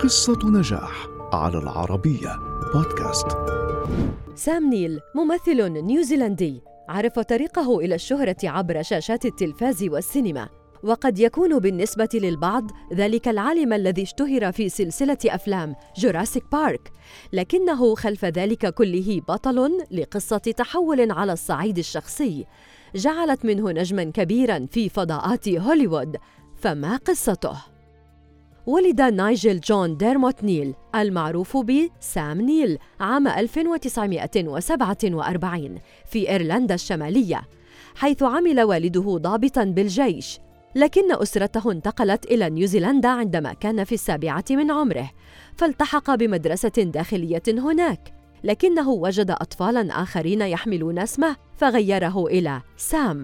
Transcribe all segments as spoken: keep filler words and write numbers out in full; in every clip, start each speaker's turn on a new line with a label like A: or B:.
A: قصة نجاح على العربية بودكاست.
B: سام نيل ممثل نيوزيلندي عرف طريقه إلى الشهرة عبر شاشات التلفاز والسينما، وقد يكون بالنسبة للبعض ذلك العالم الذي اشتهر في سلسلة أفلام جوراسيك بارك، لكنه خلف ذلك كله بطل لقصة تحول على الصعيد الشخصي جعلت منه نجماً كبيراً في فضاءات هوليوود. فما قصته؟ ولد نايجل جون ديرموت نيل المعروف بسام نيل عام ألف وتسعمائة وسبعة وأربعين في إيرلندا الشمالية، حيث عمل والده ضابطاً بالجيش، لكن أسرته انتقلت إلى نيوزيلندا عندما كان في السابعة من عمره، فالتحق بمدرسة داخلية هناك، لكنه وجد أطفالاً آخرين يحملون اسمه فغيره إلى سام.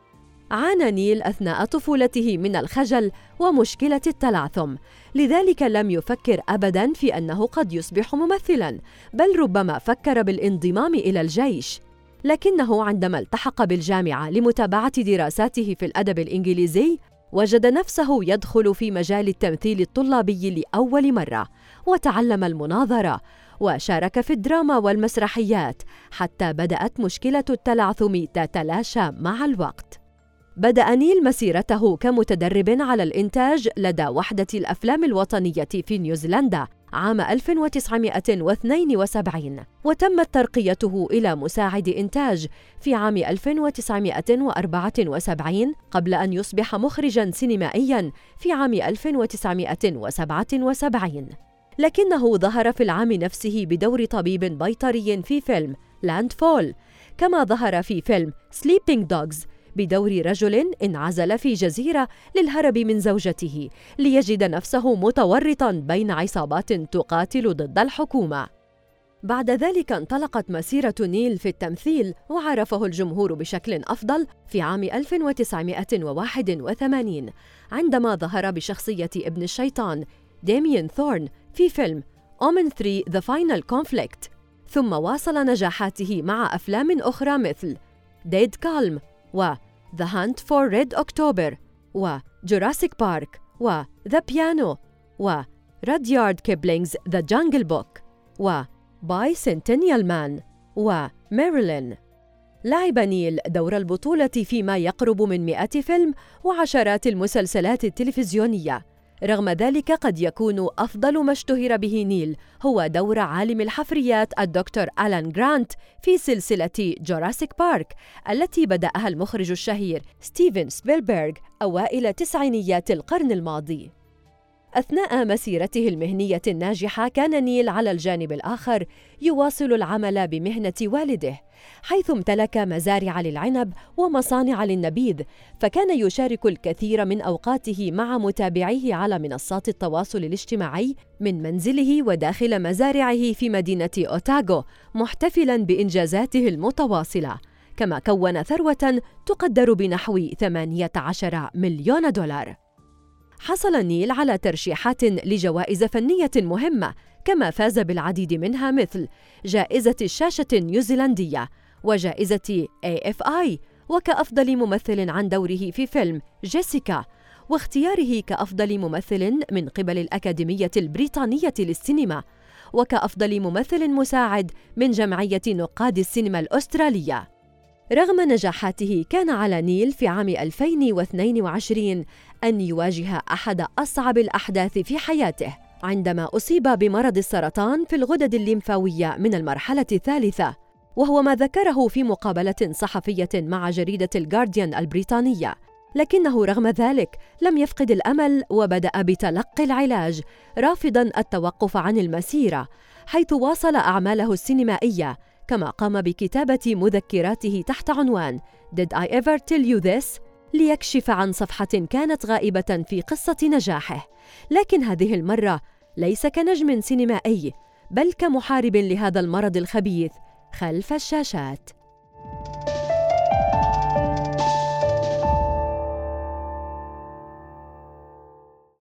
B: عانى نيل أثناء طفولته من الخجل ومشكلة التلعثم، لذلك لم يفكر أبداً في أنه قد يصبح ممثلاً، بل ربما فكر بالانضمام إلى الجيش. لكنه عندما التحق بالجامعة لمتابعة دراساته في الأدب الإنجليزي، وجد نفسه يدخل في مجال التمثيل الطلابي لأول مرة، وتعلم المناظرة، وشارك في الدراما والمسرحيات، حتى بدأت مشكلة التلعثم تتلاشى مع الوقت. بدأ نيل مسيرته كمتدرب على الإنتاج لدى وحدة الأفلام الوطنية في نيوزيلندا عام ألف وتسعمائة واثنين وسبعين، وتمت ترقيته إلى مساعد إنتاج في عام ألف وتسعمائة وأربعة وسبعين، قبل أن يصبح مخرجاً سينمائياً في عام ألف وتسعمائة وسبعة وسبعين. لكنه ظهر في العام نفسه بدور طبيب بيطري في فيلم لاند فول، كما ظهر في فيلم سليبينج دوغز بدور رجل انعزل في جزيرة للهرب من زوجته ليجد نفسه متورطاً بين عصابات تقاتل ضد الحكومة. بعد ذلك انطلقت مسيرة نيل في التمثيل، وعرفه الجمهور بشكل أفضل في عام ألف وتسعمائة وواحد وثمانين عندما ظهر بشخصية ابن الشيطان ديميان ثورن في فيلم Omen ثري The Final Conflict، ثم واصل نجاحاته مع أفلام أخرى مثل Dead Calm و The Hunt for Red October و Jurassic Park و The Piano و Rudyard Kipling's The Jungle Book و Bicentennial Man و Marilyn. لعب نيل دور البطولة في ما يقرب من مئة فيلم وعشرات المسلسلات التلفزيونية. رغم ذلك قد يكون أفضل ما اشتهر به نيل هو دور عالم الحفريات الدكتور آلان جرانت في سلسلة جوراسيك بارك التي بدأها المخرج الشهير ستيفن سبيلبرغ أوائل تسعينيات القرن الماضي. أثناء مسيرته المهنية الناجحة كان نيل على الجانب الآخر يواصل العمل بمهنة والده، حيث امتلك مزارع للعنب ومصانع للنبيذ، فكان يشارك الكثير من أوقاته مع متابعيه على منصات التواصل الاجتماعي من منزله وداخل مزارعه في مدينة أوتاغو، محتفلاً بإنجازاته المتواصلة، كما كون ثروة تقدر بنحو ثمانية عشر مليون دولار. حصل نيل على ترشيحات لجوائز فنية مهمة، كما فاز بالعديد منها مثل جائزة الشاشة النيوزيلندية وجائزة إيه إف آي، وكأفضل ممثل عن دوره في فيلم جيسيكا، واختياره كأفضل ممثل من قبل الأكاديمية البريطانية للسينما، وكأفضل ممثل مساعد من جمعية نقاد السينما الأسترالية. رغم نجاحاته كان على نيل في عام ألفين واثنين وعشرين أن يواجه أحد أصعب الأحداث في حياته عندما أصيب بمرض السرطان في الغدد الليمفاوية من المرحلة الثالثة، وهو ما ذكره في مقابلة صحفية مع جريدة الجارديان البريطانية. لكنه رغم ذلك لم يفقد الأمل وبدأ بتلقي العلاج، رافضاً التوقف عن المسيرة، حيث واصل أعماله السينمائية، كما قام بكتابة مذكراته تحت عنوان Did I ever tell you this؟ ليكشف عن صفحة كانت غائبة في قصة نجاحه، لكن هذه المرة ليس كنجم سينمائي، بل كمحارب لهذا المرض الخبيث خلف الشاشات.